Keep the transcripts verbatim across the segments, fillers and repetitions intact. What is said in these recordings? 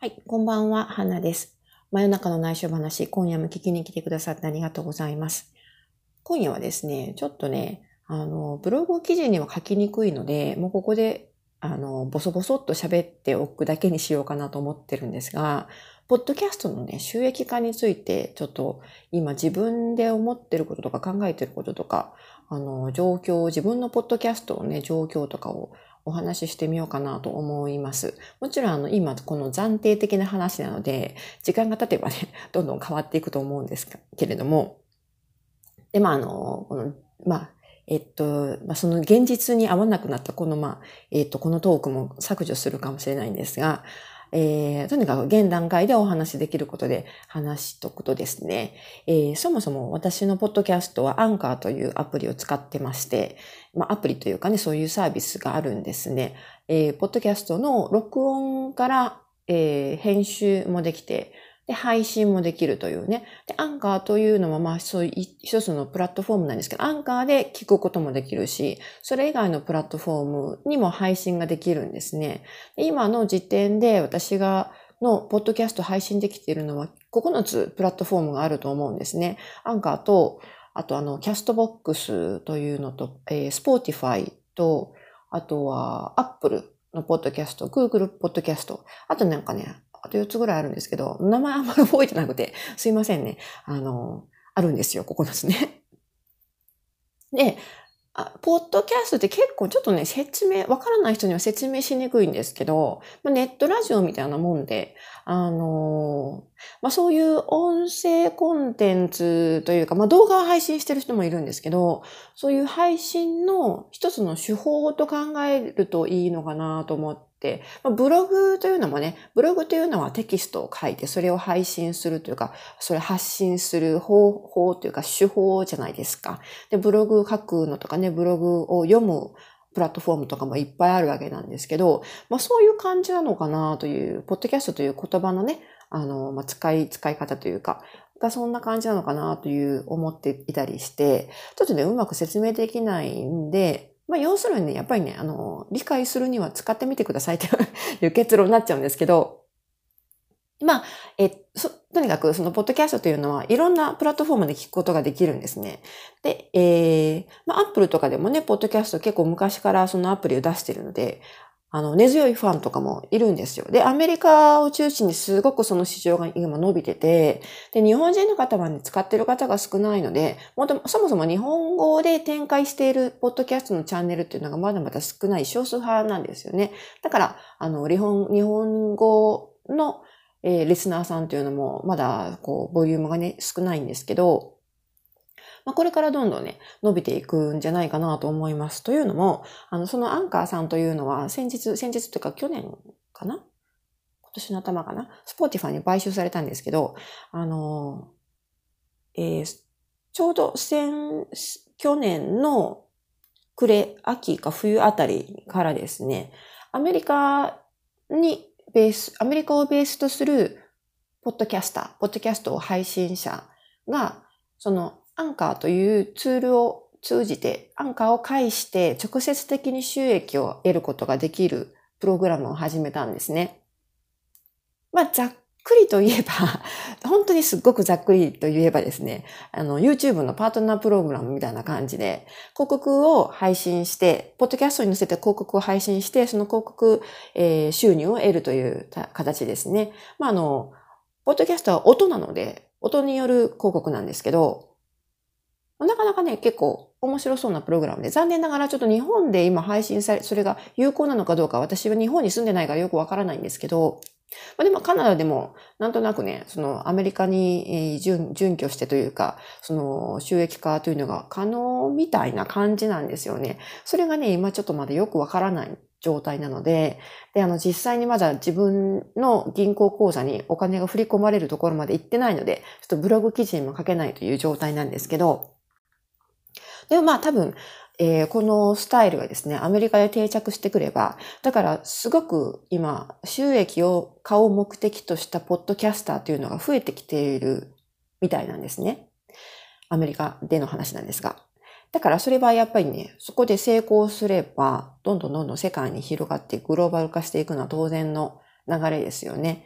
はい、こんばんは、花です。真夜中の内緒話、今夜も聞きに来てくださってありがとうございます。今夜はですね、ちょっとね、あの、ブログ記事には書きにくいので、もうここで、あの、ボソボソっと喋っておくだけにしようかなと思ってるんですが、ポッドキャストのね、収益化について、ちょっと今自分で思ってることとか考えてることとか、あの、状況、自分のポッドキャストのね、状況とかをお話ししてみようかなと思います。もちろんあの今この暫定的な話なので、時間が経てばね、どんどん変わっていくと思うんですけれども、で、まああの、この、まあ、えっと、まあ、その現実に合わなくなったこの、まあ、えっと、このトークも削除するかもしれないんですが、えー、とにかく現段階でお話しできることで話しとくとですね、えー、そもそも私のポッドキャストはアンカーというアプリを使ってまして、まあ、アプリというかね、そういうサービスがあるんですね。えー、ポッドキャストの録音から、えー、編集もできて、で、配信もできるというね。で、アンカーというのは、まあ、そういう一つのプラットフォームなんですけど、アンカーで聞くこともできるし、それ以外のプラットフォームにも配信ができるんですね。で今の時点で私が、のポッドキャスト配信できているのはここのつプラットフォームがあると思うんですね。アンカーと、あとあの、キャストボックスというのと、えー、スポーティファイと、あとは、アップルのポッドキャスト、Google ポッドキャスト、あとなんかね、あとよっつぐらいあるんですけど、名前あんまり覚えてなくて、すいませんね。あの、あるんですよ、ここのつね。で、あ、ポッドキャストって結構ちょっとね、説明、わからない人には説明しにくいんですけど、まあ、ネットラジオみたいなもんで、あのーまあ、そういう音声コンテンツというか、まあ、動画を配信してる人もいるんですけど、そういう配信の一つの手法と考えるといいのかなと思って、まあ、ブログというのもね、ブログというのはテキストを書いて、それを配信するというか、それ発信する方法というか手法じゃないですか。で、ブログ書くのとかね、ブログを読むプラットフォームとかもいっぱいあるわけなんですけど、まあそういう感じなのかなという、ポッドキャストという言葉のね、あの、まあ使い、使い方というか、がそんな感じなのかなという思っていたりして、ちょっとね、うまく説明できないんで、まあ要するにね、やっぱりね、あの、理解するには使ってみてくださいという結論になっちゃうんですけど、まあ、え、そ、とにかくそのポッドキャストというのはいろんなプラットフォームで聞くことができるんですね。で、えー、まあ、アップルとかでもね、ポッドキャスト結構昔からそのアプリを出しているので、あの、根強いファンとかもいるんですよ。で、アメリカを中心にすごくその市場が今伸びてて、で、日本人の方はね、使ってる方が少ないので、もともそもそも日本語で展開しているポッドキャストのチャンネルっていうのがまだまだ少ない少数派なんですよね。だから、あの、日本、日本語のえー、リスナーさんというのもまだこうボリュームがね少ないんですけど、まあ、これからどんどんね伸びていくんじゃないかなと思います。というのも、あのそのアンカーさんというのは先日先日というか去年かな、今年の頭かな、スポーティファイに買収されたんですけど、あの、えー、ちょうど先去年の暮れ秋か冬あたりからですね、アメリカにベース、アメリカをベースとするポッドキャスター、ポッドキャストを配信者が、そのアンカーというツールを通じて、アンカーを介して直接的に収益を得ることができるプログラムを始めたんですね。まあ、ざっくりと言えば、本当にすっごくざっくりと言えばですね、あの、YouTube のパートナープログラムみたいな感じで、広告を配信して、ポッドキャストに載せて広告を配信して、その広告、えー、収入を得るという形ですね。まあ、あの、ポッドキャストは音なので、音による広告なんですけど、なかなかね、結構面白そうなプログラムで、残念ながらちょっと日本で今配信され、それが有効なのかどうか、私は日本に住んでないからよくわからないんですけど、まあ、でもカナダでもなんとなくね、そのアメリカに準準拠してというか、その収益化というのが可能みたいな感じなんですよね。それがね、今ちょっとまだよくわからない状態なので、で、あの実際にまだ自分の銀行口座にお金が振り込まれるところまで行ってないので、ちょっとブログ記事にも書けないという状態なんですけど、でもまあ多分、えー、このスタイルがですね、アメリカで定着してくれば、だからすごく今、収益を買う目的としたポッドキャスターというのが増えてきているみたいなんですね。アメリカでの話なんですが。だからそれはやっぱりね、そこで成功すれば、どんどんどんどん世界に広がってグローバル化していくのは当然の流れですよね。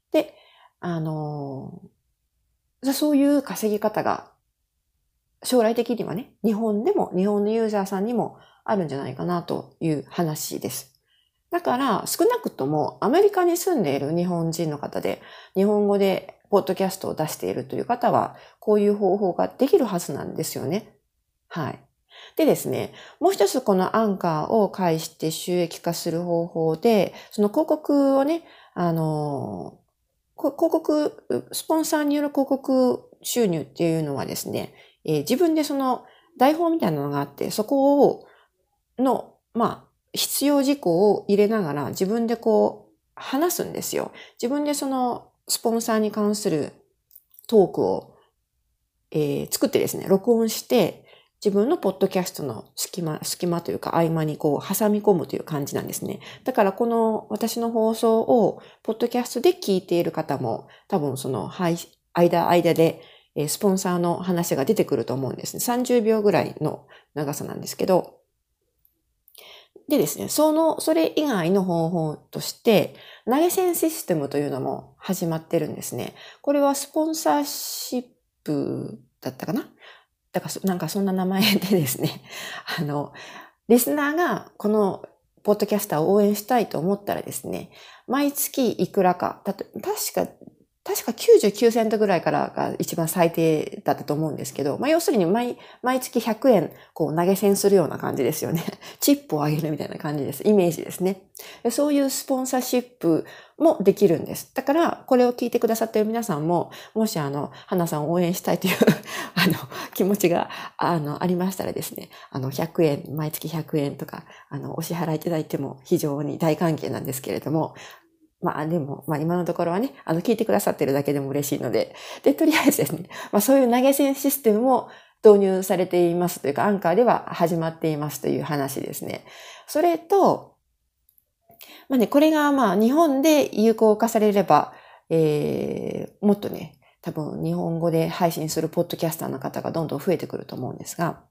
で、あのー、そういう稼ぎ方が将来的にはね、日本でも、日本のユーザーさんにもあるんじゃないかなという話です。だから、少なくともアメリカに住んでいる日本人の方で、日本語でポッドキャストを出しているという方は、こういう方法ができるはずなんですよね。はい。でですね、もう一つこのアンカーを介して収益化する方法で、その広告をね、あの、広告、スポンサーによる広告収入っていうのはですね、えー、自分でその台本みたいなのがあって、そこを、の、まあ、必要事項を入れながら自分でこう話すんですよ。自分でそのスポンサーに関するトークを、えー、作ってですね、録音して自分のポッドキャストの隙間、隙間というか合間にこう挟み込むという感じなんですね。だからこの私の放送をポッドキャストで聞いている方も多分その間間でスポンサーの話が出てくると思うんですね。さんじゅうびょうぐらいの長さなんですけど、でですね、その、それ以外の方法として、投げ銭システムというのも始まってるんですね。これはスポンサーシップだったかな？だから、なんかそんな名前でですね、あの、リスナーがこのポッドキャスターを応援したいと思ったらですね、毎月いくらか、たと確か、確かきゅうじゅうきゅうセントぐらいからが一番最低だったと思うんですけど、まあ要するに毎、毎月ひゃくえんこう投げ銭するような感じですよね。チップをあげるみたいな感じです。イメージですね。そういうスポンサーシップもできるんです。だから、これを聞いてくださっている皆さんも、もしあの、花さんを応援したいというあの、気持ちが、あの、ありましたらですね、あの、ひゃくえん、毎月ひゃくえんとか、あの、お支払いいただいても非常に大歓迎なんですけれども、まあでも、まあ今のところはね、あの、聞いてくださってるだけでも嬉しいので、で、とりあえずですね、まあそういう投げ銭システムも導入されていますというか、アンカーでは始まっていますという話ですね。それと、まあね、これがまあ日本で有効化されれば、えー、もっとね、多分日本語で配信するポッドキャスターの方がどんどん増えてくると思うんですが、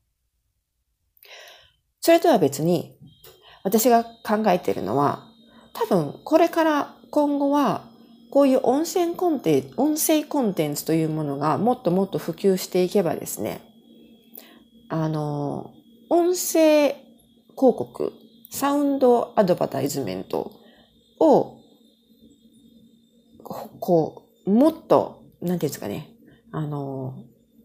それとは別に、私が考えているのは、多分これから今後はこういう音声コンテンツ、音声コンテンツというものがもっともっと普及していけばですね、あの、音声広告、サウンドアドバタイズメントを、こう、もっと、なんていうんですかね、あの、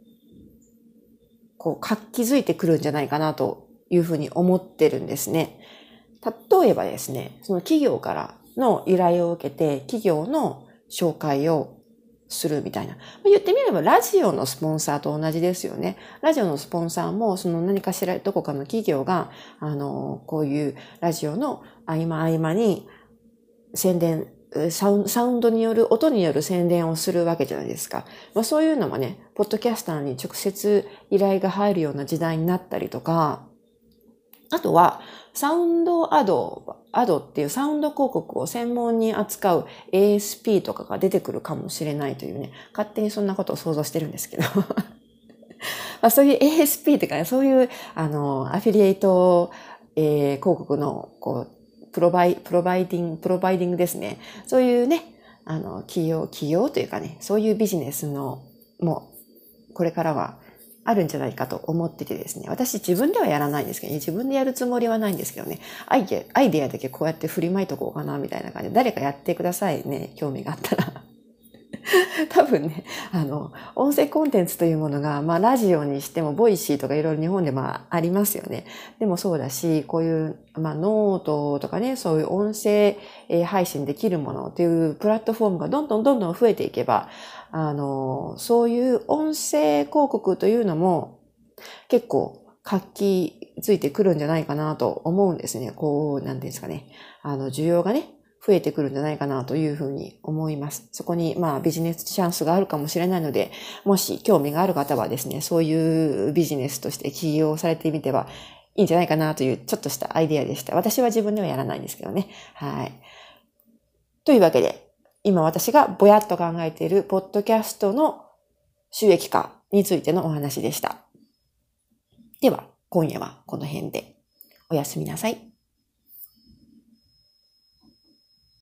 こう、活気づいてくるんじゃないかなというふうに思ってるんですね。例えばですね、その企業からの依頼を受けて、企業の紹介をするみたいな。言ってみれば、ラジオのスポンサーと同じですよね。ラジオのスポンサーも、その何かしら、どこかの企業が、あの、こういうラジオの合間合間に宣伝、サウンサウンドによる、音による宣伝をするわけじゃないですか。まあそういうのもね、ポッドキャスターに直接依頼が入るような時代になったりとか、あとは、サウンドアド、アドっていうサウンド広告を専門に扱う エーエスピー とかが出てくるかもしれないというね、勝手にそんなことを想像してるんですけど。まあそういう エーエスピー とかね、そういう、あの、アフィリエイト、えー、広告の、こう、プロバイ、プロバイディング、プロバイディングですね。そういうね、あの、企業、企業というかね、そういうビジネスの、もう、これからは、あるんじゃないかと思っててですね。私自分ではやらないんですけどね。自分でやるつもりはないんですけどね。アイデア、アイデアだけこうやって振りまいとこうかなみたいな感じで。誰かやってくださいね。興味があったら。多分ね、あの、音声コンテンツというものが、まあラジオにしても、ボイシーとかいろいろ日本でまあありますよね。でもそうだし、こういう、まあノートとかね、そういう音声配信できるものっていうプラットフォームがどんどんどんどん増えていけば、あの、そういう音声広告というのも結構活気づいてくるんじゃないかなと思うんですね。こう、なんですかね。あの、需要がね、増えてくるんじゃないかなというふうに思います。そこに、まあ、ビジネスチャンスがあるかもしれないので、もし興味がある方はですね、そういうビジネスとして起業されてみてはいいんじゃないかなという、ちょっとしたアイデアでした。私は自分ではやらないんですけどね。はい。というわけで、今私がぼやっと考えているポッドキャストの収益化についてのお話でした。では、今夜はこの辺でおやすみなさい。